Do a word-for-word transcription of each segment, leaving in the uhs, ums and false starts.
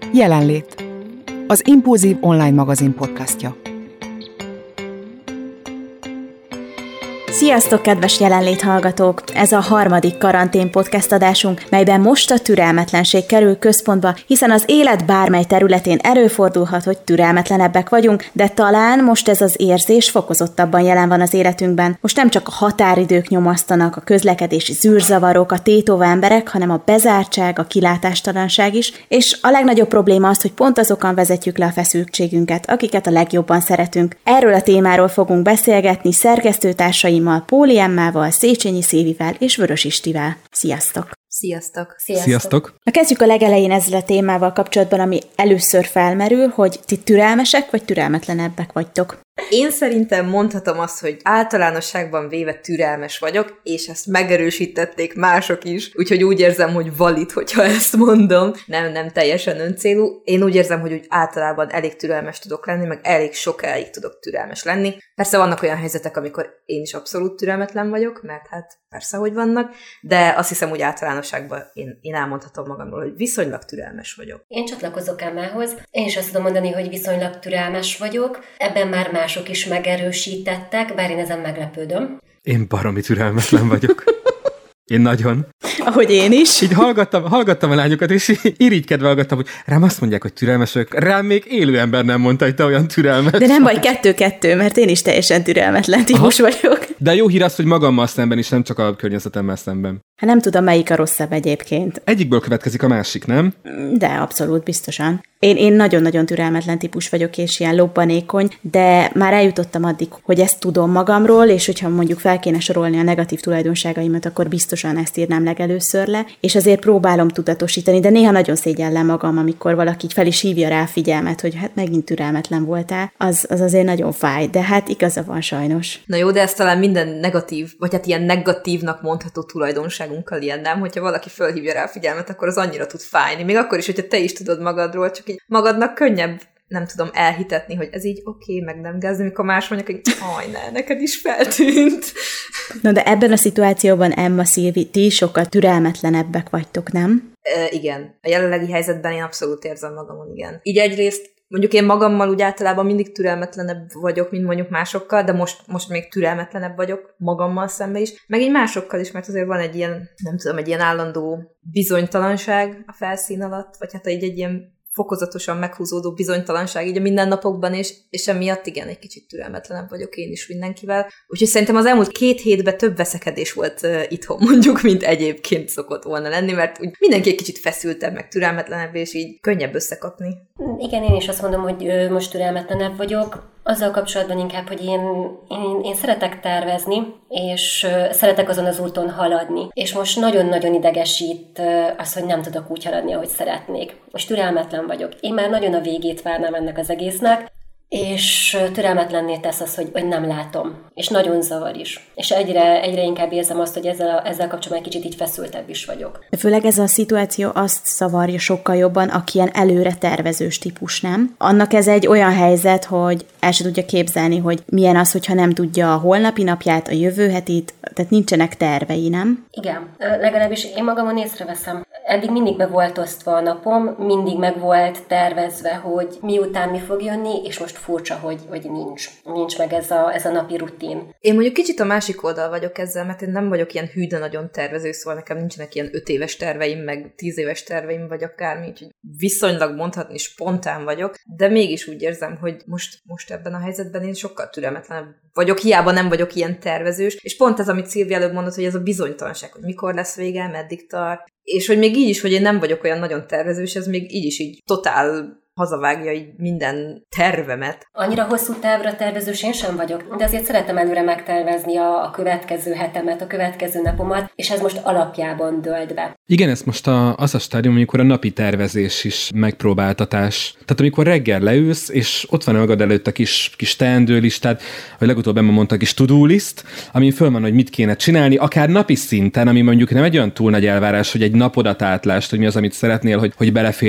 Jelenlét. Az Impulzív online magazin podcastja. Sziasztok, kedves jelenlét hallgatók! Ez a harmadik karantén podcast adásunk, melyben most a türelmetlenség kerül központba, hiszen az élet bármely területén előfordulhat, hogy türelmetlenebbek vagyunk, de talán most ez az érzés fokozottabban jelen van az életünkben. Most nem csak a határidők nyomasztanak, a közlekedési zűrzavarok, a tétova emberek, hanem a bezártság, a kilátástalanság is, és a legnagyobb probléma az, hogy pont azokon vezetjük le a feszültségünket, akiket a legjobban szeretünk. Erről a témáról fogunk beszélgetni szerkesztőtársaim Póli Emmával, Széchenyi Szévivel és Vörös Istivel. Sziasztok! Sziasztok! Sziasztok! Sziasztok. Na, kezdjük a legelején ezzel a témával kapcsolatban, ami először felmerül, hogy ti türelmesek vagy türelmetlenebbek vagytok. Én szerintem mondhatom azt, hogy általánosságban véve türelmes vagyok, és ezt megerősítették mások is, úgyhogy úgy érzem, hogy valid, hogyha ezt mondom. Nem, nem teljesen öncélú. Én úgy érzem, hogy úgy általában elég türelmes tudok lenni, meg elég sokáig tudok türelmes lenni. Persze vannak olyan helyzetek, amikor én is abszolút türelmetlen vagyok, mert hát persze, hogy vannak, de azt hiszem, hogy általánosságban én, én elmondhatom magamról, hogy viszonylag türelmes vagyok. Én csatlakozok Emmához. Én is azt tudom mondani, hogy viszonylag türelmes vagyok. Ebben már mások is megerősítettek, bár én ezen meglepődöm. Én baromi türelmetlen vagyok. Én nagyon. Ahogy én is. Így hallgattam, hallgattam a lányokat, és irigykedve hallgattam, hogy rám azt mondják, hogy türelmes vagyok. Rám még élő ember nem mondta, hogy te olyan türelmes. De nem baj, kettő-kettő, mert én is teljesen türelmetlen típus vagyok. De jó hír az, hogy magammal szemben is, nem csak a környezetemmel szemben. Hát nem tudom, melyik a rosszabb egyébként. Egyikből következik a másik, nem? De abszolút, biztosan. Én, én nagyon-nagyon türelmetlen típus vagyok, és ilyen lobbanékony, de már eljutottam addig, hogy ezt tudom magamról, és hogyha mondjuk fel kéne sorolni a negatív tulajdonságaimat, akkor biztosan ezt írnám legelőször le, és azért próbálom tudatosítani, de néha nagyon szégyellem magam, amikor valaki így fel is hívja rá a figyelmet, hogy hát megint türelmetlen voltál, az, az azért nagyon fáj, de hát igaza van sajnos. Na jó, de ez talán minden negatív, vagy hát ilyen negatívnak mondható tulajdonságunkkal ilyen, nem? Hogyha valaki felhívja rá a figyelmet, akkor az annyira tud fájni. Még akkor is, hogyha te is tudod magadról, csak így magadnak könnyebb, nem tudom, elhitetni, hogy ez így oké, okay, meg nem gázni, mikor más mondják, hogy aj, ne, neked is feltűnt. Na de ebben a szituációban, Emma, Szilvi, ti sokkal türelmetlenebbek vagytok, nem? E, igen. A jelenlegi helyzetben én abszolút érzem magamon, igen. Így egyrészt mondjuk én magammal úgy általában mindig türelmetlenebb vagyok, mint mondjuk másokkal, de most, most még türelmetlenebb vagyok magammal szemben is, meg így másokkal is, mert azért van egy ilyen, nem tudom, egy ilyen állandó bizonytalanság a felszín alatt, vagy hát egy, egy ilyen fokozatosan meghúzódó bizonytalanság így a mindennapokban, és, és emiatt igen, egy kicsit türelmetlenebb vagyok én is mindenkivel. Úgyhogy szerintem az elmúlt két hétben több veszekedés volt uh, itthon mondjuk, mint egyébként szokott volna lenni, mert úgy mindenki egy kicsit feszültebb, meg türelmetlenebb, és így könnyebb összekapni. Igen, én is azt mondom, hogy ö, most türelmetlenebb vagyok. Azzal kapcsolatban inkább, hogy én, én, én szeretek tervezni, és uh, szeretek azon az úton haladni. És most nagyon-nagyon idegesít uh, az, hogy nem tudok úgy haladni, ahogy szeretnék. Most türelmetlen vagyok. Én már nagyon a végét várnám ennek az egésznek, és türelmetlenné tesz az, hogy, hogy nem látom. És nagyon zavar is. És egyre, egyre inkább érzem azt, hogy ezzel, ezzel kapcsolatban egy kicsit így feszültebb is vagyok. De főleg ez a szituáció azt zavarja sokkal jobban, aki ilyen előre tervezős típus, nem? Annak ez egy olyan helyzet, hogy el se tudja képzelni, hogy milyen az, hogyha nem tudja a holnapi napját, a jövő hetit, tehát nincsenek tervei, nem? Igen. Legalábbis én magamon észreveszem. Eddig mindig be volt osztva a napom, mindig meg volt tervezve, hogy miután mi fog jönni, és most furcsa, hogy, hogy nincs. Nincs meg ez a, ez a napi rutin. Én mondjuk kicsit a másik oldal vagyok ezzel, mert én nem vagyok ilyen hű, de nagyon tervező, szóval nekem nincsenek ilyen öt éves terveim, meg tíz éves terveim, vagy akármi, úgyhogy viszonylag mondhatni spontán vagyok, de mégis úgy érzem, hogy most, most ebben a helyzetben én sokkal türelmetlenebb vagyok, hiába nem vagyok ilyen tervezős, és pont ez, amit Szilvi előbb mondott, hogy ez a bizonytalanság, hogy mikor lesz vége, meddig tart, és hogy még így is, hogy én nem vagyok olyan nagyon tervezős, ez még így is így totál hazavágja így minden tervemet. Annyira hosszú távra tervezős én sem vagyok, de azért szeretem előre megtervezni a, a következő hetemet, a következő napomat, és ez most alapjában dölt be. Igen, ez most a, az a stádium, amikor a napi tervezés is megpróbáltatás. Tehát amikor reggel leülsz, és ott van magad előtt a kis, kis teendőlistát, vagy legutóbb Emma mondta, a kis to-do list, amin föl van, hogy mit kéne csinálni, akár napi szinten, ami mondjuk nem egy olyan túl nagy elvárás, hogy egy napodat átlást, hogy mi az, amit szeretnél, hogy, hogy beleférjen.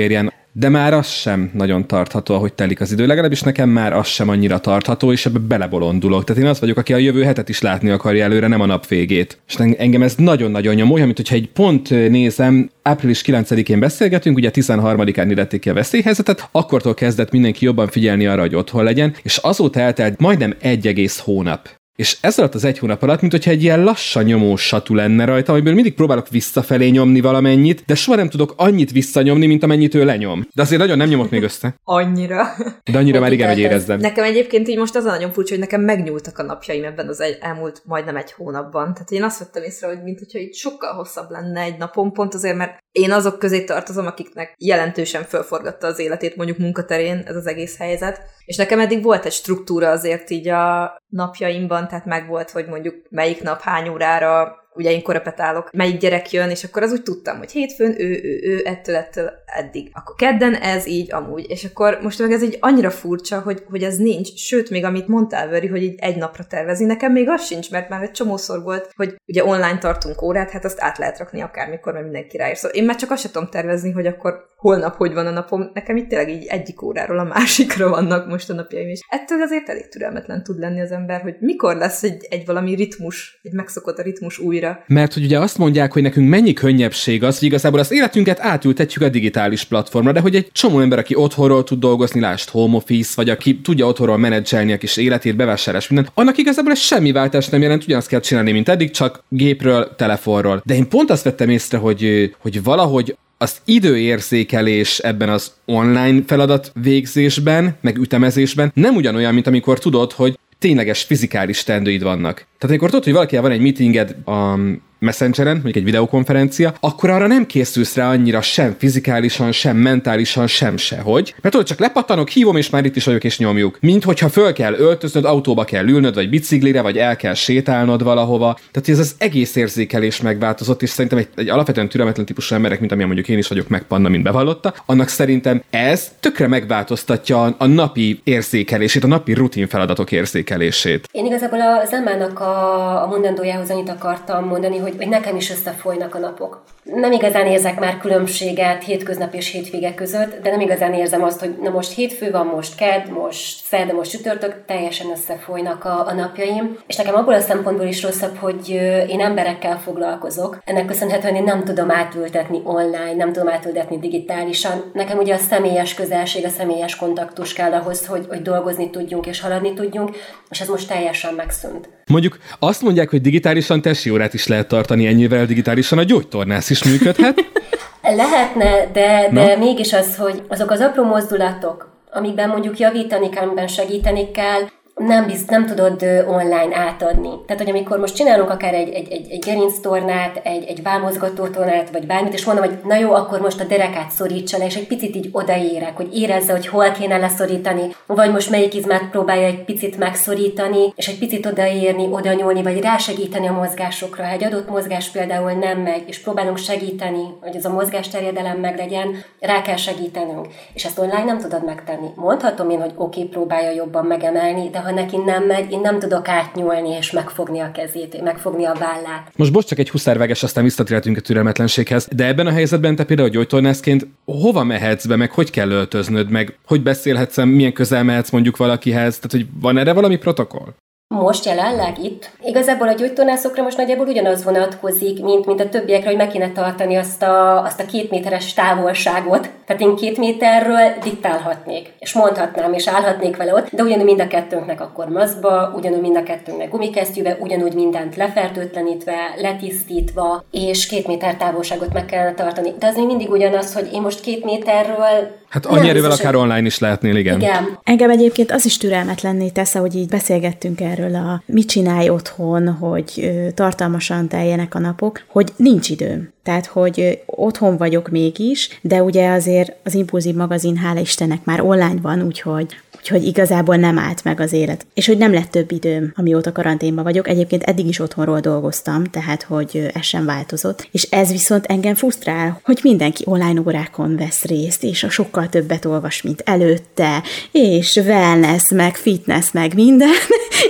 de már az sem nagyon tartható, ahogy telik az idő. Legalábbis nekem már az sem annyira tartható, és ebbe belebolondulok. Tehát én az vagyok, aki a jövő hetet is látni akarja előre, nem a nap végét. És engem ez nagyon-nagyon nyom, olyan, mint hogyha egy pont nézem, április kilencedikén beszélgetünk, ugye tizenharmadikán illették ki a veszélyhelyzetet, akkortól kezdett mindenki jobban figyelni arra, hogy otthon legyen, és azóta eltelt majdnem egy egész hónap. És ez alatt az egy hónap alatt, mint hogyha egy ilyen lassan nyomós satu lenne rajta, amiből mindig próbálok visszafelé nyomni valamennyit, de soha nem tudok annyit visszanyomni, mint amennyit ő lenyom. De azért nagyon nem nyomok még össze. Annyira. De annyira már igen, hogy érezzem. Nekem egyébként így most az a nagyon furcsa, hogy nekem megnyúltak a napjaim ebben az egy, elmúlt majdnem egy hónapban. Tehát én azt vettem észre, hogy mint hogyha így sokkal hosszabb lenne egy napon, pont azért, mert én azok közé tartozom, akiknek jelentősen fölforgatta az életét mondjuk munkaterén ez az egész helyzet. És nekem eddig volt egy struktúra azért így a napjaimban, tehát megvolt, hogy mondjuk melyik nap hány órára, ugye én korepetálok, melyik gyerek jön, és akkor az úgy tudtam, hogy hétfőn ő, ő, ő, ettől, ettől, eddig. Akkor kedden ez így, amúgy. És akkor most meg ez így annyira furcsa, hogy, hogy ez nincs. Sőt, még amit mondtál, Vöri, hogy így egy napra tervezni, nekem még az sincs, mert már egy csomószor volt, hogy ugye online tartunk órát, hát azt át lehet rakni akármikor, mert mindenki ráér. Szóval én már csak azt sem tudom tervezni, hogy akkor holnap hogy van a napom. Nekem itt tényleg így egyik óráról a másikra vannak most a napjaim is. Ettől azért elég türelmetlen tud lenni az ember, hogy mikor lesz egy, egy valami ritmus, egy megszokott a ritmus újra. Mert hogy ugye azt mondják, hogy nekünk mennyi könnyebbség az, hogy igazából az életünket átültetjük a digitális platformra, de hogy egy csomó ember, aki otthonról tud dolgozni, lásd home office, vagy aki tudja otthonról menedzselni a kis életét, bevásárlás mindent, annak igazából ez semmi váltás nem jelent, ugyanazt kell csinálni, mint eddig, csak gépről, telefonról. De én pont azt vettem észre, hogy, hogy valahogy az időérzékelés ebben az online feladat végzésben, meg ütemezésben nem ugyanolyan, mint amikor tudod, hogy tényleges fizikális teendőid vannak. Tehát amikor tudod, hogy valakivel van egy meetinged a Messengeren, mondjuk egy videokonferencia, akkor arra nem készülsz rá annyira sem fizikálisan, sem mentálisan, sem sehogy. Mert tudod, csak lepattanok, hívom, és már itt is vagyok, és nyomjuk. Mint hogyha föl kell öltöznöd, autóba kell ülnöd, vagy biciklire, vagy el kell sétálnod valahova. Tehát ez az egész érzékelés megváltozott, és szerintem egy, egy alapvetően türelmetlen típusú emberek, mint amilyen mondjuk én is vagyok, meg Panna, mint bevallotta, annak szerintem ez tökre megváltoztatja a, a napi érzékelését, a napi rutin feladatok érzékelését. Én igazából az Emmának a, a mondandójához annyit akartam mondani, hogy, hogy nekem is összefolynak a napok. Nem igazán érzek már különbséget hétköznap és hétvége között, de nem igazán érzem azt, hogy na most hétfő van, most kedd, most szerda, most csütörtök, teljesen összefolynak a, a napjaim. És nekem abból a szempontból is rosszabb, hogy én emberekkel foglalkozok. Ennek köszönhetően én nem tudom átültetni online, nem tudom átültetni digitálisan. Nekem ugye a személyes közelség, a személyes kontaktus kell ahhoz, hogy, hogy dolgozni tudjunk és haladni tudjunk, és ez most teljesen megszűnt. Mondjuk azt mondják, hogy digitálisan tesi órát is lehet tartani, ennyivel digitálisan a gyógytornász is működhet. Lehetne, de, de mégis az, hogy azok az apró mozdulatok, amikben mondjuk javítani kell, amiben segíteni kell, nem, biz, nem tudod online átadni. Tehát, hogy amikor most csinálunk akár egy, egy, egy, egy gerinctornát, egy, egy vámozgatótornát, vagy bármit, és mondom, hogy na jó, akkor most a derekát szorítsa le, és egy picit így odaérek, hogy érezze, hogy hol kéne leszorítani, vagy most melyik izmát próbálja egy picit megszorítani, és egy picit odaérni, oda nyúlni, vagy rásegíteni a mozgásokra. Ha egy adott mozgás például nem megy, és próbálunk segíteni, hogy ez a mozgásterjedelem meglegyen, rá kell segítenünk. És ezt online nem tudod megtenni. Mondhatom én, hogy oké, okay, próbálja jobban megemelni, de ha neki nem megy, én nem tudok átnyúlni és megfogni a kezét, megfogni a vállát. Most bocs, csak egy huszárvágás, aztán visszatérhetünk a türelmetlenséghez, de ebben a helyzetben te például gyógytornászként hova mehetsz be, meg hogy kell öltöznöd, meg hogy beszélhetsz, milyen közel mehetsz mondjuk valakihez, tehát hogy van erre valami protokoll? Most jelenleg itt. Igazából a gyógytornászokra most nagyjából ugyanaz vonatkozik, mint, mint a többiekre, hogy meg kéne tartani azt a, azt a két méteres távolságot. Tehát én két méterről diktálhatnék, és mondhatnám, és állhatnék vele ott, de ugyanúgy mind a kettőnknek akkor maszkba, ugyanúgy mind a kettőnknek gumikesztyűbe, ugyanúgy mindent lefertőtlenítve, letisztítva, és két méter távolságot meg kellene tartani. De az még mindig ugyanaz, hogy én most két méterről... Hát annyi erővel akár hogy... online is lehetnél, igen. igen. Engem egyébként az is türelmetlenné tesz, ahogy így beszélgettünk erről a mit csinálj otthon, hogy ö, tartalmasan teljenek a napok, hogy nincs időm. Tehát, hogy ö, otthon vagyok mégis, de ugye azért az Impulzív magazin, hála Istennek már online van, úgyhogy Úgyhogy igazából nem állt meg az élet. És hogy nem lett több időm, amióta karanténban vagyok. Egyébként eddig is otthonról dolgoztam, tehát hogy ez sem változott. És ez viszont engem frusztrál, hogy mindenki online órákon vesz részt, és a sokkal többet olvas, mint előtte, és wellness, meg fitness, meg minden. Én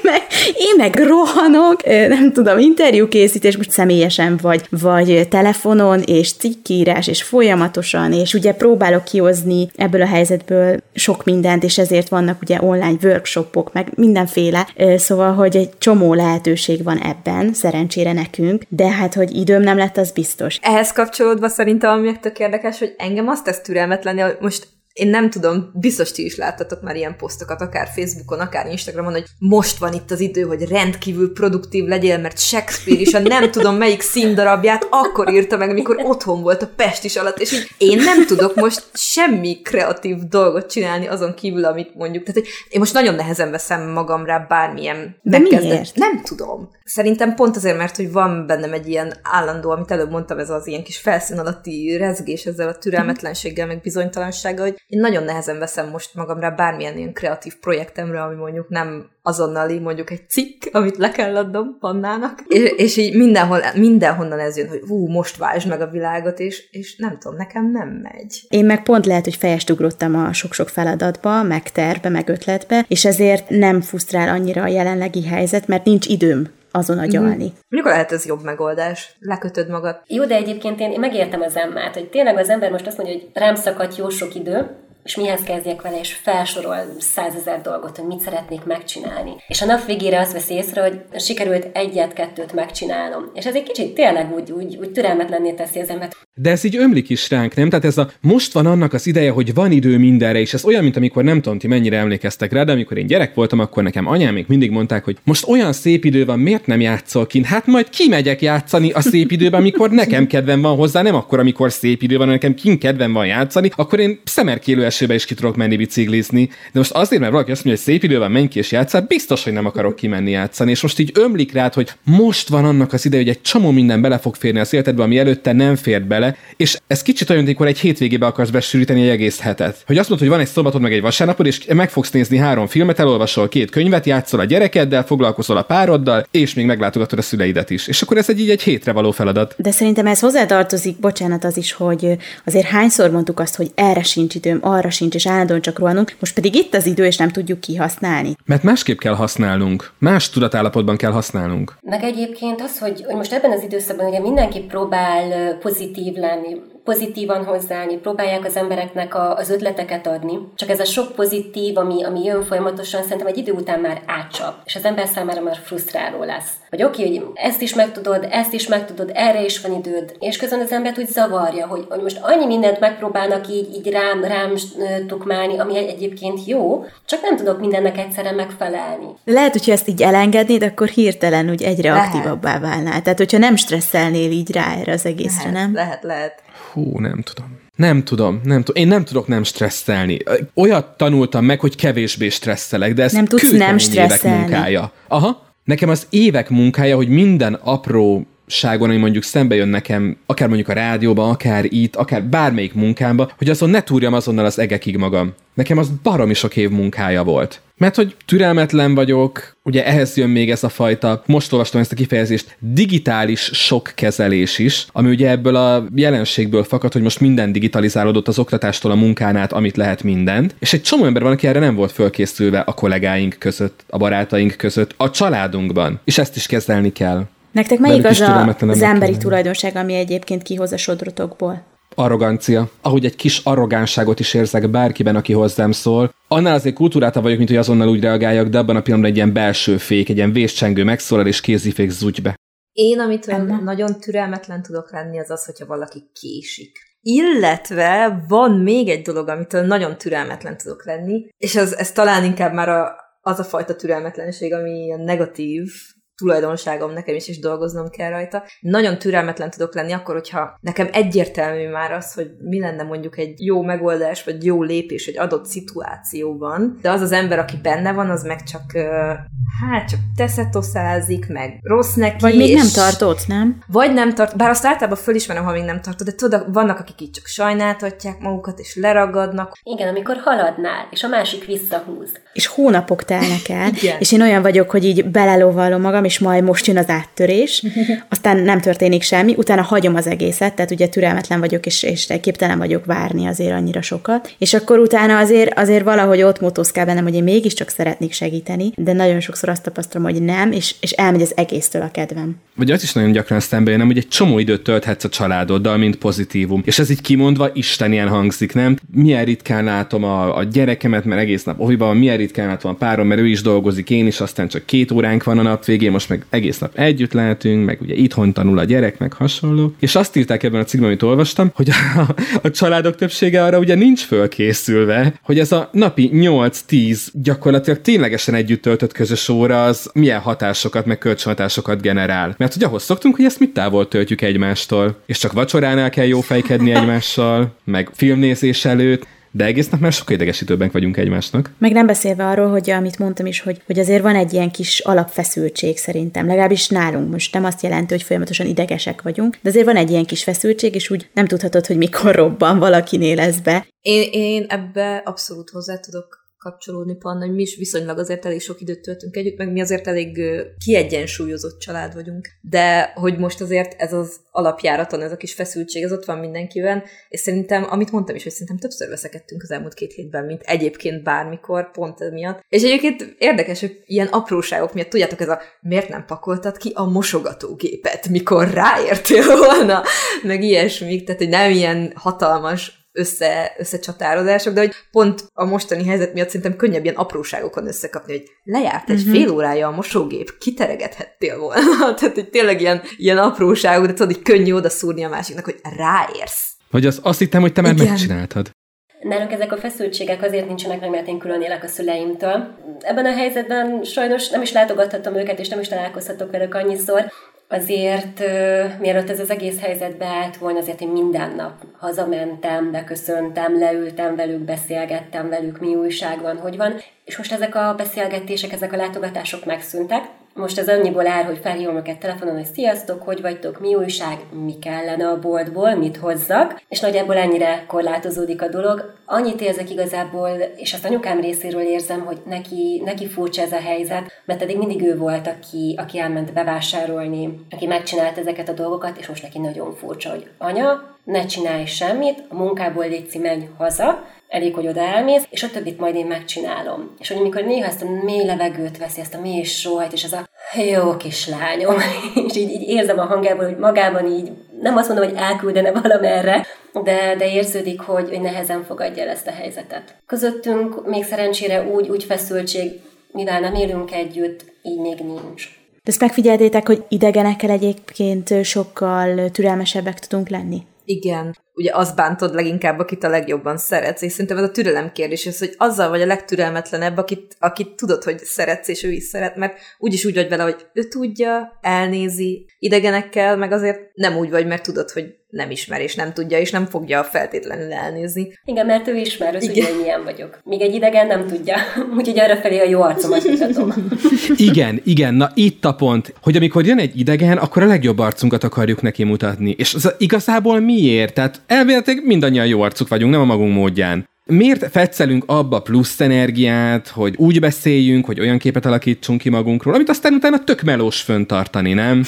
meg, én meg rohanok, nem tudom, interjúkészítés, most személyesen vagy, vagy telefonon, és cikkírás, és folyamatosan, és ugye próbálok kihozni ebből a helyzetből sok mindent, és ezért vannak ugye online workshopok, meg mindenféle, szóval, hogy egy csomó lehetőség van ebben, szerencsére nekünk, de hát, hogy időm nem lett, az biztos. Ehhez kapcsolódva szerintem, ami tök érdekes, hogy engem azt tesz türelmetlenni, hogy most én nem tudom, biztos ti is láttatok már ilyen posztokat, akár Facebookon, akár Instagramon, hogy most van itt az idő, hogy rendkívül produktív legyél, mert Shakespeare is a nem tudom melyik színdarabját akkor írta meg, amikor otthon volt a Pestis alatt, és így én nem tudok most semmi kreatív dolgot csinálni azon kívül, amit mondjuk. Tehát hogy én most nagyon nehezen veszem magamra bármilyen de miért? Nem tudom. Szerintem pont azért, mert hogy van bennem egy ilyen állandó, amit előbb mondtam, ez az ilyen kis felszín alatti rezgés ezzel a türelmetlenséggel, meg bizonytalansággal, hogy én nagyon nehezen veszem most magamra bármilyen ilyen kreatív projektemre, ami mondjuk nem azonnali, mondjuk egy cikk, amit le kell adnom Pannának, és, és így mindenhol, mindenhonnan ez jön, hogy hú, most váltsd meg a világot, és, és nem tudom, nekem nem megy. Én meg pont lehet, hogy fejest ugrottam a sok-sok feladatba, meg tervbe, meg ötletbe, és ezért nem frusztrál annyira a jelenlegi helyzet, mert nincs időm azon agyalni. Mm. Mikor lehet ez jobb megoldás? Lekötöd magad? Jó, de egyébként én megértem az Emmát, hogy tényleg az ember most azt mondja, hogy rám szakadt jó sok idő, és mihez kezdjek vele, és felsorol százezer dolgot, hogy mit szeretnék megcsinálni. És a nap végére azt veszi észre, hogy sikerült egyet-kettőt megcsinálnom. És ez egy kicsit tényleg úgy, úgy, úgy türelmetlenné teszi az embert. De ez így ömlik is ránk, nem? Tehát ez a most van annak az ideje, hogy van idő mindenre, és ez olyan, mint amikor nem tudom, ti mennyire emlékeztek rá, de amikor én gyerek voltam, akkor nekem anyám még mindig mondták, hogy most olyan szép idő van, miért nem játszol kint? Hát majd kimegyek játszani a szép időben, amikor nekem kedvem van hozzá, nem akkor, amikor szép idő van, nekem kint kedvem van játszani, akkor én szemerkélő esőbe is ki tudok menni biciklizni. De most azért, mert valaki azt mondja, hogy szép idő van, menj ki és játszál, biztos, hogy nem akarok kimenni játszani. És most így ömlik rád, hogy most van annak az ideje, hogy egy csomó minden bele fog férni az életedbe, ami előtte nem fért bele. És ez kicsit olyan, amikor egy hétvégébe akarsz besűríteni egy egész hetet. Hogy azt mondod, hogy van egy szombatod, meg egy vasárnapod, és meg fogsz nézni három filmet, elolvasol két könyvet, játszol a gyerekeddel, foglalkozol a pároddal, és még meglátogatod a szüleidet is. És akkor ez egy így egy hétre való feladat. De szerintem ez hozzátartozik, bocsánat, az is, hogy azért hányszor mondtuk azt, hogy erre sincs időm, arra sincs, és állandóan csak rohanunk, most pedig itt az idő, és nem tudjuk kihasználni. Mert másképp kell használnunk. Más tudatállapotban kell használnunk. Meg egyébként az, hogy, hogy most ebben az időszakban ugye mindenki próbál pozitív lenni, pozitívan hozzáállni, próbálják az embereknek a, az ötleteket adni. Csak ez a sok pozitív, ami, ami jön folyamatosan, szerintem egy idő után már átcsap, és az ember számára már frusztráló lesz. Hogy oké, okay, hogy ezt is megtudod, ezt is megtudod, erre is van időd, és közben az embert úgy zavarja, hogy, hogy most annyi mindent megpróbálnak így, így rám, rám tukmálni, ami egyébként jó, csak nem tudok mindennek egyszerre megfelelni. Lehet, hogyha ezt így elengednéd, akkor hirtelen úgy egyre lehet. Aktívabbá válnál. Tehát, hogyha nem stresszelnél így rá erre az egészre, lehet, nem? Lehet, lehet. Hú, nem tudom. Nem tudom, nem tudom. Én nem tudok nem stresszelni. Olyat tanultam meg, hogy kevésbé stresszelek, de ez nem tudsz nem stresszelni. Évek munkája. Aha. Nekem az évek munkája, hogy minden apró ságon, ami mondjuk szembe jön nekem, akár mondjuk a rádióban, akár itt, akár bármelyik munkámba, hogy azon ne túrjam azonnal az egekig magam. Nekem az baromi sok év munkája volt. Mert hogy türelmetlen vagyok, ugye ehhez jön még ez a fajta, most olvastam ezt a kifejezést, digitális sokkezelés is, ami ugye ebből a jelenségből fakad, hogy most minden digitalizálódott az oktatástól a munkán át, amit lehet mindent, és egy csomó ember van, aki erre nem volt fölkészülve a kollégáink között, a barátaink között, a családunkban, és ezt is kezelni kell. Nektek melyik az a, az emberi tulajdonság, ami egyébként kihoz a sodrotokból? Arrogancia. Ahogy egy kis arrogánságot is érzek bárkiben, aki hozzám szól. Annál azért kultúráltabb vagyok, mint hogy azonnal úgy reagáljak, de abban a pillanatban egy ilyen belső fék, egy ilyen véscsengő megszólal, és kézifék zúgy be. Én, amit nagyon türelmetlen tudok lenni, az az, hogyha valaki késik. Illetve van még egy dolog, amitől nagyon türelmetlen tudok lenni, és ez, ez talán inkább már a, az a fajta türelmetlenség, ami ilyen negatív tulajdonságom nekem is, és dolgoznom kell rajta. Nagyon türelmetlen tudok lenni akkor, hogyha nekem egyértelmű már az, hogy mi lenne mondjuk egy jó megoldás, vagy jó lépés egy adott szituációban, de az az ember, aki benne van, az meg csak hát csak teszetoszázik, meg rossz neki. Vagy még nem tartott, nem? Vagy nem tart, bár azt általában fölismerem, ha még nem tartott, de tudod, vannak, akik így csak sajnáltatják magukat, és leragadnak. Igen, amikor haladnál, és a másik visszahúz. És hónapok telnek el, és én olyan vagyok, hogy így belelovalom magam, és majd most jön az áttörés, aztán nem történik semmi, utána hagyom az egészet, tehát ugye türelmetlen vagyok, és, és képtelen vagyok várni azért annyira sokat, és akkor utána azért, azért valahogy ott motoszkál bennem, hogy én mégiscsak szeretnék segíteni, de nagyon sokszor azt tapasztalom, hogy nem, és, és elmegy az egésztől a kedvem. Vagy az is nagyon gyakran szembe jön, hogy egy csomó időt tölthetsz a családoddal, mint pozitívum. És ez így kimondva istenien hangzik, nem? Milyen ritkán látom a, a gyerekemet, mert egész nap ohiban van, milyen ritkán látom a párom, mert ő is dolgozik, én is, aztán csak két óránk van a nap végén, most meg egész nap együtt lehetünk, meg ugye itthon tanul a gyerek, meg hasonló. És azt írták ebben a cikkben, amit olvastam, hogy a, a családok többsége arra ugye nincs fölkészülve, hogy ez a napi nyolc-tíz gyakorlatilag ténylegesen együtt töltött közös óra az milyen hatásokat, meg kölcsönhatásokat generál. Mert hogy ahhoz szoktunk, hogy ezt mit távol töltjük egymástól, és csak vacsoránál kell jó fejkedni egymással, meg filmnézés előtt, de egész nap már sokkal idegesítőbbek vagyunk egymásnak. Meg nem beszélve arról, hogy amit mondtam is, hogy, hogy azért van egy ilyen kis alapfeszültség szerintem, legalábbis nálunk. Most nem azt jelenti, hogy folyamatosan idegesek vagyunk, de azért van egy ilyen kis feszültség, és úgy nem tudhatod, hogy mikor robban valakinél ez be. Én, én ebbe abszolút hozzá tudok kapcsolódni, Panna, hogy mi is viszonylag azért elég sok időt töltünk együtt, meg mi azért elég kiegyensúlyozott család vagyunk. De hogy most azért ez az alapjáraton, ez a kis feszültség, ez ott van mindenkiben, és szerintem, amit mondtam is, hogy szerintem többször veszekedtünk az elmúlt két hétben, mint egyébként bármikor, pont ez miatt. És egyébként érdekes, hogy ilyen apróságok miatt, tudjátok, ez a miért nem pakoltad ki a mosogatógépet, mikor ráértél volna, meg ilyesmik, tehát hogy nem ilyen hatalmas össze, összecsatározások, de hogy pont a mostani helyzet miatt szerintem könnyebb ilyen apróságokon összekapni, hogy lejárt egy uh-huh. fél órája a mosógép, kiteregethettél volna. Tehát, hogy tényleg ilyen, ilyen apróságok, de tudod, hogy könnyű odaszúrni a másiknak, hogy ráérsz. Vagy az, azt hittem, hogy te már igen. megcsináltad. Nálunk ezek a feszültségek azért nincsenek meg, mert én külön élek a szüleimtől. Ebben a helyzetben sajnos nem is látogathatom őket, és nem is találkozhatok velük annyiszor. Azért, uh, mielőtt ez az egész helyzetbe állt volna, azért én minden nap hazamentem, beköszöntem, leültem velük, beszélgettem velük, mi újság van, hogy van. És most ezek a beszélgetések, ezek a látogatások megszűntek. Most ez annyiból áll, hogy felhívom őket telefonon, hogy sziasztok, hogy vagytok, mi újság, mi kellene a boltból, mit hozzak, és nagyjából ennyire korlátozódik a dolog. Annyit érzek igazából, és azt anyukám részéről érzem, hogy neki, neki furcsa ez a helyzet, mert eddig mindig ő volt, aki, aki elment bevásárolni, aki megcsinált ezeket a dolgokat, és most neki nagyon furcsa, hogy anya, ne csinálj semmit, a munkából létszi, menj haza, elég, hogy oda elmész, és a többit majd én megcsinálom. És hogy amikor néha ezt a mély levegőt veszi, ezt a mély sóhajt, és az a jó kislányom, és így, így érzem a hangából, hogy magában így, nem azt mondom, hogy elküldene valamerre, de, de érződik, hogy, hogy nehezen fogadja el ezt a helyzetet. Közöttünk még szerencsére úgy, úgy feszültség, mivel nem élünk együtt, így még nincs. De ezt megfigyeltétek, hogy idegenekkel egyébként sokkal türelmesebbek tudunk lenni? Igen. Ugye azt bántod leginkább, akit a legjobban szeretsz, és szerintem ez a türelem kérdés, ez, hogy azzal vagy a legtürelmetlenebb, akit, akit tudod, hogy szeretsz, és ő is szeret, mert úgyis úgy vagy vele, hogy ő tudja, elnézi, idegenekkel, meg azért nem úgy vagy, mert tudod, hogy nem ismer, és nem tudja, és nem fogja feltétlenül elnézni. Igen, mert ő ismer, ő tudja, hogy milyen vagyok. Míg egy idegen nem tudja, úgyhogy arrafelé a jó arcomat mutatom. Igen, igen, na itt a pont, hogy amikor jön egy idegen, akkor a legjobb arcunkat akarjuk neki mutatni. És az igazából miért? Tehát elméletileg mindannyian jó arcuk vagyunk, nem a magunk módján. Miért fetszelünk abba plusz energiát, hogy úgy beszéljünk, hogy olyan képet alakítsunk ki magunkról, amit aztán utána tök melós föntartani, nem?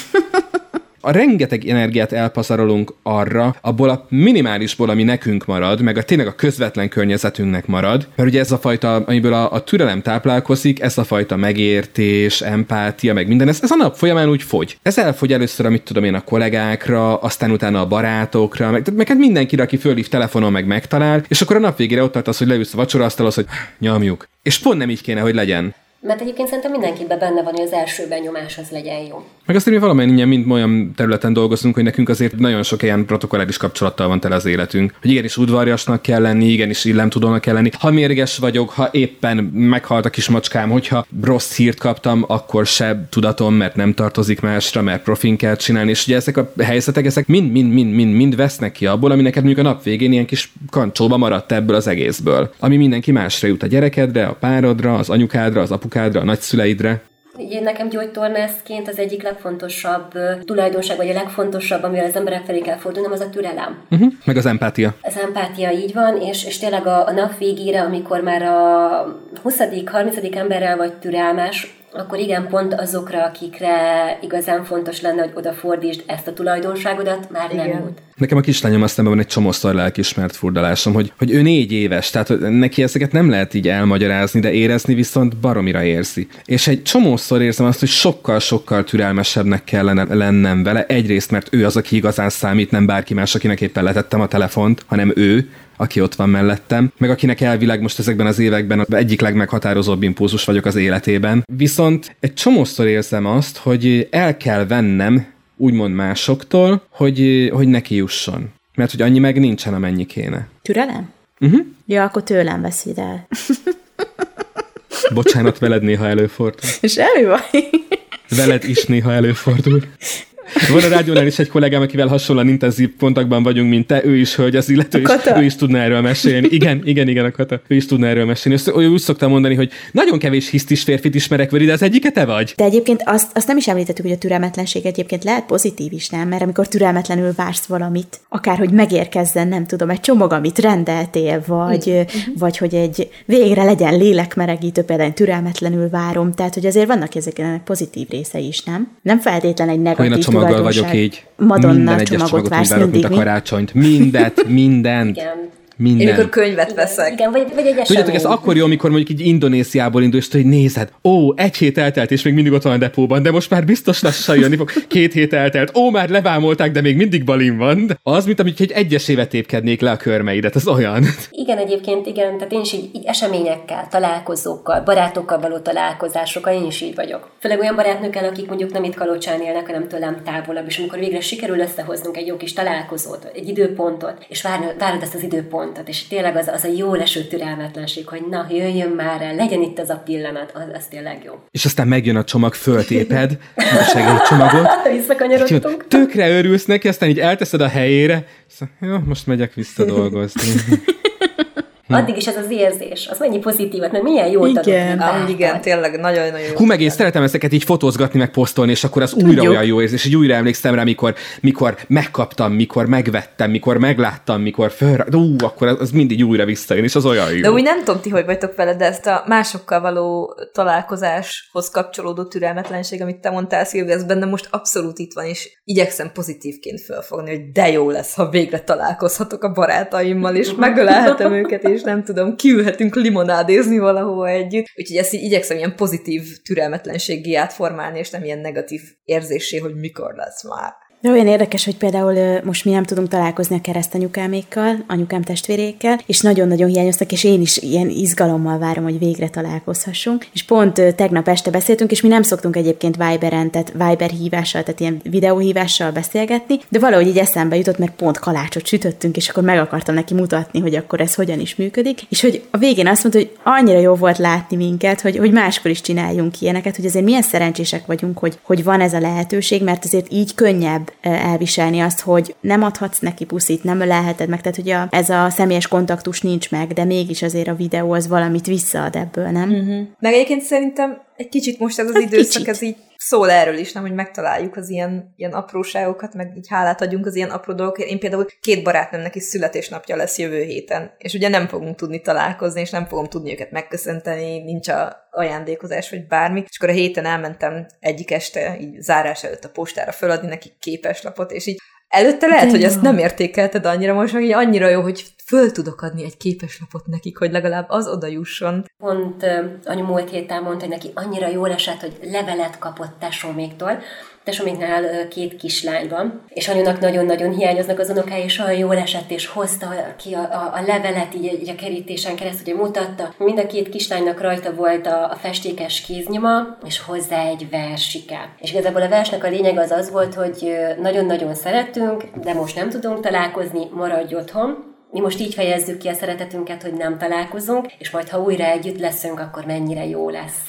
A rengeteg energiát elpazarolunk arra, abból a minimálisból, ami nekünk marad, meg a tényleg a közvetlen környezetünknek marad, mert ugye ez a fajta, amiből a, a türelem táplálkozik, ez a fajta megértés, empátia, meg minden, ez, ez a nap folyamán úgy fogy. Ez elfogy először, amit tudom én, a kollégákra, aztán utána a barátokra, meg, meg hát mindenkire, aki fölhív telefonon, meg megtalál, és akkor a nap végére ott tart az, hogy leülsz a vacsoraasztalhoz, hogy nyomjuk. És pont nem így kéne, hogy legyen. Mert egyébként szerintem mindenkiben benne van, hogy az első benyomás az legyen jó. Meg azt, hogy mi valamennyien mind olyan területen dolgozunk, hogy nekünk azért nagyon sok ilyen protokolláris kapcsolattal van tele az életünk. Hogy igenis udvarjasnak kell lenni, igenis illemtudónak kell lenni. Ha mérges vagyok, ha éppen meghalt a kis macskám, hogyha rossz hírt kaptam, akkor se tudatom, mert nem tartozik másra, mert profin kell csinálni. És ugye ezek a helyzetek, ezek mind-mind-mind-mind vesznek ki abból, ami neked mondjuk a nap végén ilyen kis kancsóba maradt ebből az egészből. Ami mindenki másra jut, a gyerekedre, a párodra, az anyukádra, az apukádra, a nagyszüleidre. Én nekem gyógytornászként az egyik legfontosabb tulajdonság, vagy a legfontosabb, amivel az emberek felé kell fordulnom, az a türelem. Uh-huh. Meg az empátia. Az empátia így van, és, és tényleg a, a nap végére, amikor már a huszadik harmincadik emberrel vagy türelmes, akkor igen, pont azokra, akikre igazán fontos lenne, hogy odafordítsd ezt a tulajdonságodat, már igen. nem jut. Nekem a kislányom aztán van egy csomószor lelkismert furdalásom, hogy, hogy ő négy éves, tehát neki ezeket nem lehet így elmagyarázni, de érezni viszont baromira érzi. És egy csomószor érzem azt, hogy sokkal-sokkal türelmesebbnek kellene lennem vele. Egyrészt, mert ő az, aki igazán számít, nem bárki más, akinek éppen letettem a telefont, hanem ő, aki ott van mellettem, meg akinek elvileg most ezekben az években egyik legmeghatározóbb impulzus vagyok az életében. Viszont egy csomószor érzem azt, hogy el kell vennem úgymond másoktól, hogy, hogy neki jusson. Mert hogy annyi meg nincsen, amennyi kéne. Türelem? Uh-huh. Ja, akkor tőlem veszed el. Bocsánat, veled néha előfordul. Semmi baj. Veled is néha előfordul. Van a rádiónál is egy kollégám, akivel hasonlóan intenzív pontokban vagyunk, mint te, ő is hölgy, az illető, és ő is tudna erről mesélni. Igen, igen, igen, a Kata. Ő is tudna erről mesélni. Ő úgy szoktam mondani, hogy nagyon kevés hisztis férfit ismerek, Vöri, de az egyike te vagy. De egyébként azt, azt nem is említettük, hogy a türelmetlenség egyébként lehet pozitív is, nem? Mert amikor türelmetlenül vársz valamit, akár hogy megérkezzen, nem tudom, egy csomag, amit rendeltél, vagy, mm-hmm. vagy hogy egy végre legyen lélekmelegítő, például türelmetlenül várom. Tehát, hogy azért vannak ezeknek pozitív részei is, nem? Nem feltétlen egy negatív csomaggal vagyok így. Madonna minden egyes csomagot vársz mindig, mint a karácsonyt. Mindet, mindent. Igen. Minden. Én amikor könyvet veszek. Igen, vagy, vagy egy esemény. Tudjátok, ez akkor jó, amikor mondjuk így Indonéziából indul, és hogy nézed, ó, egy hét eltelt, és még mindig ott van a depóban, de most már biztos lassan jönni fog. Két hét eltelt, ó, már levámolták, de még mindig balin van. De az, mint amit egy egyesével tépkednék le a körmeidet, az olyan. Igen, egyébként igen, tehát én is így, így eseményekkel, találkozókkal, barátokkal való találkozásokkal, én is így vagyok. Főleg olyan barátnőkkel, akik mondjuk nem itt Kalocsán élnek, hanem tőlem távolabb, és amikor végre sikerül összehoznunk egy jó kis találkozót, egy időpontot, és várod, várod ezt az időpontot, és tényleg az, az a jó leső türelmetlenség, hogy na, jöjjön már el, legyen itt az a pillanat, az, az tényleg jó. És aztán megjön a csomag, föltéped, a segélycsomagot. Visszakanyarodtunk. Tökre örülsz neki, aztán így elteszed a helyére, szóval, jó, most megyek vissza dolgozni. Addig is ez az érzés, az mennyi pozitívat, mert milyen jól adott. Igen, ah, igen, tényleg nagyon-nagyon jó. Hú, meg én szeretem ezeket így fotózgatni, meg posztolni, és akkor az újra Tudjuk. olyan jó érzés, és újra emlékszem rá, mikor, mikor megkaptam, mikor megvettem, mikor megláttam, mikor föl... Ú, akkor az mindig újra visszajön, és az olyan jó. De úgy nem tudom ti, hogy vagytok vele, de ezt a másokkal való találkozáshoz kapcsolódó türelmetlenség, amit te mondtál, Szilvi, ez bennem most abszolút itt van, és igyekszem pozitívként felfogni, hogy de jó lesz, ha végre találkozhatok a barátaimmal, és megölelhetem őket, és nem tudom, kiülhetünk limonádézni valahol együtt. Úgyhogy ezt így igyekszem ilyen pozitív türelmetlenséggé átformálni, és nem ilyen negatív érzésé, hogy mikor lesz már. De olyan érdekes, hogy például most mi nem tudunk találkozni a keresztanyukámékkal, anyukám testvérékkel, és nagyon-nagyon hiányoztak, és én is ilyen izgalommal várom, hogy végre találkozhassunk. És pont tegnap este beszéltünk, és mi nem szoktunk egyébként Viberen, tehát Viber hívással, tehát ilyen videóhívással beszélgetni, de valahogy így eszembe jutott, mert pont kalácsot sütöttünk, és akkor meg akartam neki mutatni, hogy akkor ez hogyan is működik. És hogy a végén azt mondta, hogy annyira jó volt látni minket, hogy, hogy máskor is csináljunk ilyeneket, hogy azért milyen szerencsések vagyunk, hogy, hogy van ez a lehetőség, mert azért így könnyebb elviselni azt, hogy nem adhatsz neki puszit, nem ölelheted meg, tehát hogy a, ez a személyes kontaktus nincs meg, de mégis azért a videó az valamit visszaad ebből, nem? Uh-huh. Meg egyébként szerintem egy kicsit most ez az hát időszak, kicsit. ez így szól erről is, nem, hogy megtaláljuk az ilyen, ilyen apróságokat, meg így hálát adjunk az ilyen apró dolgokért. Én például két barátnőmnek is születésnapja lesz jövő héten, és ugye nem fogunk tudni találkozni, és nem fogom tudni őket megköszönteni, nincs a ajándékozás, vagy bármi. És akkor a héten elmentem egyik este, így zárás előtt a postára föladni nekik képeslapot, és így előtte lehet, De hogy jó. ezt nem értékelted annyira, most meg így annyira jó, hogy föl tudok adni egy képeslapot nekik, hogy legalább az oda jusson. Pont uh, anyu múlt héten mondta, hogy neki annyira jól esett, hogy levelet kapott tesóméktól. Tesóméknál uh, két kislány van, és anyunak nagyon-nagyon hiányoznak az unokái, és olyan jól esett, és hozta ki a, a, a levelet így, így a kerítésen keresztül, hogy mutatta. Mind a két kislánynak rajta volt a, a festékes kéznyoma, és hozzá egy versike. És igazából a versnek a lényeg az az volt, hogy uh, nagyon-nagyon szeretünk, de most nem tudunk találkozni, maradj otthon. Mi most így fejezzük ki a szeretetünket, hogy nem találkozunk, és majd ha újra együtt leszünk, akkor mennyire jó lesz.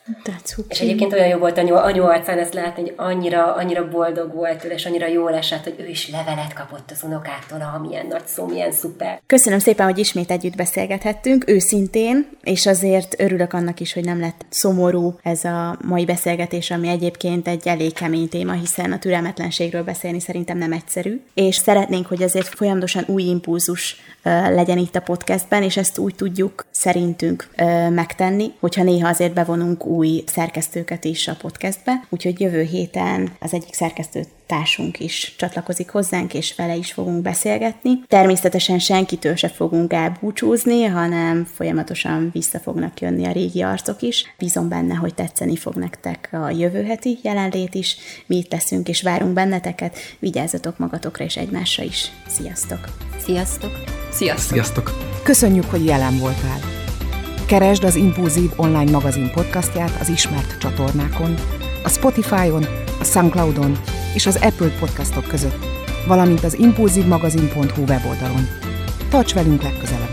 És egyébként olyan jó volt anyu, anyu arcán ezt látni, hogy annyira, annyira boldog volt, és annyira jól esett, hogy ő is levelet kapott az unokától, ah, milyen nagy szó, milyen szuper. Köszönöm szépen, hogy ismét együtt beszélgethettünk, őszintén, és azért örülök annak is, hogy nem lett szomorú ez a mai beszélgetés, ami egyébként egy elég kemény téma, hiszen a türelmetlenségről beszélni szerintem nem egyszerű, és szeretnénk, hogy azért folyamatosan új impulzus legyen itt a podcastben, és ezt úgy tudjuk szerintünk megtenni, hogyha néha azért bevonunk új szerkesztőket is a podcastbe, úgyhogy jövő héten az egyik szerkesztőtársunk is csatlakozik hozzánk, és vele is fogunk beszélgetni. Természetesen senkitől se fogunk elbúcsúzni, hanem folyamatosan vissza fognak jönni a régi arcok is. Bízom benne, hogy tetszeni fog nektek a jövő heti jelenlét is. Mi itt leszünk, és várunk benneteket. Vigyázzatok magatokra és egymásra is. Sziasztok! Sziasztok! Sziasztok! Sziasztok! Köszönjük, hogy jelen voltál! Keresd az Impulzív online magazin podcastját az ismert csatornákon, a Spotify-on, a SoundCloud-on és az Apple podcastok között, valamint az impulzívmagazin pont hu weboldalon. Tarts velünk legközelebb!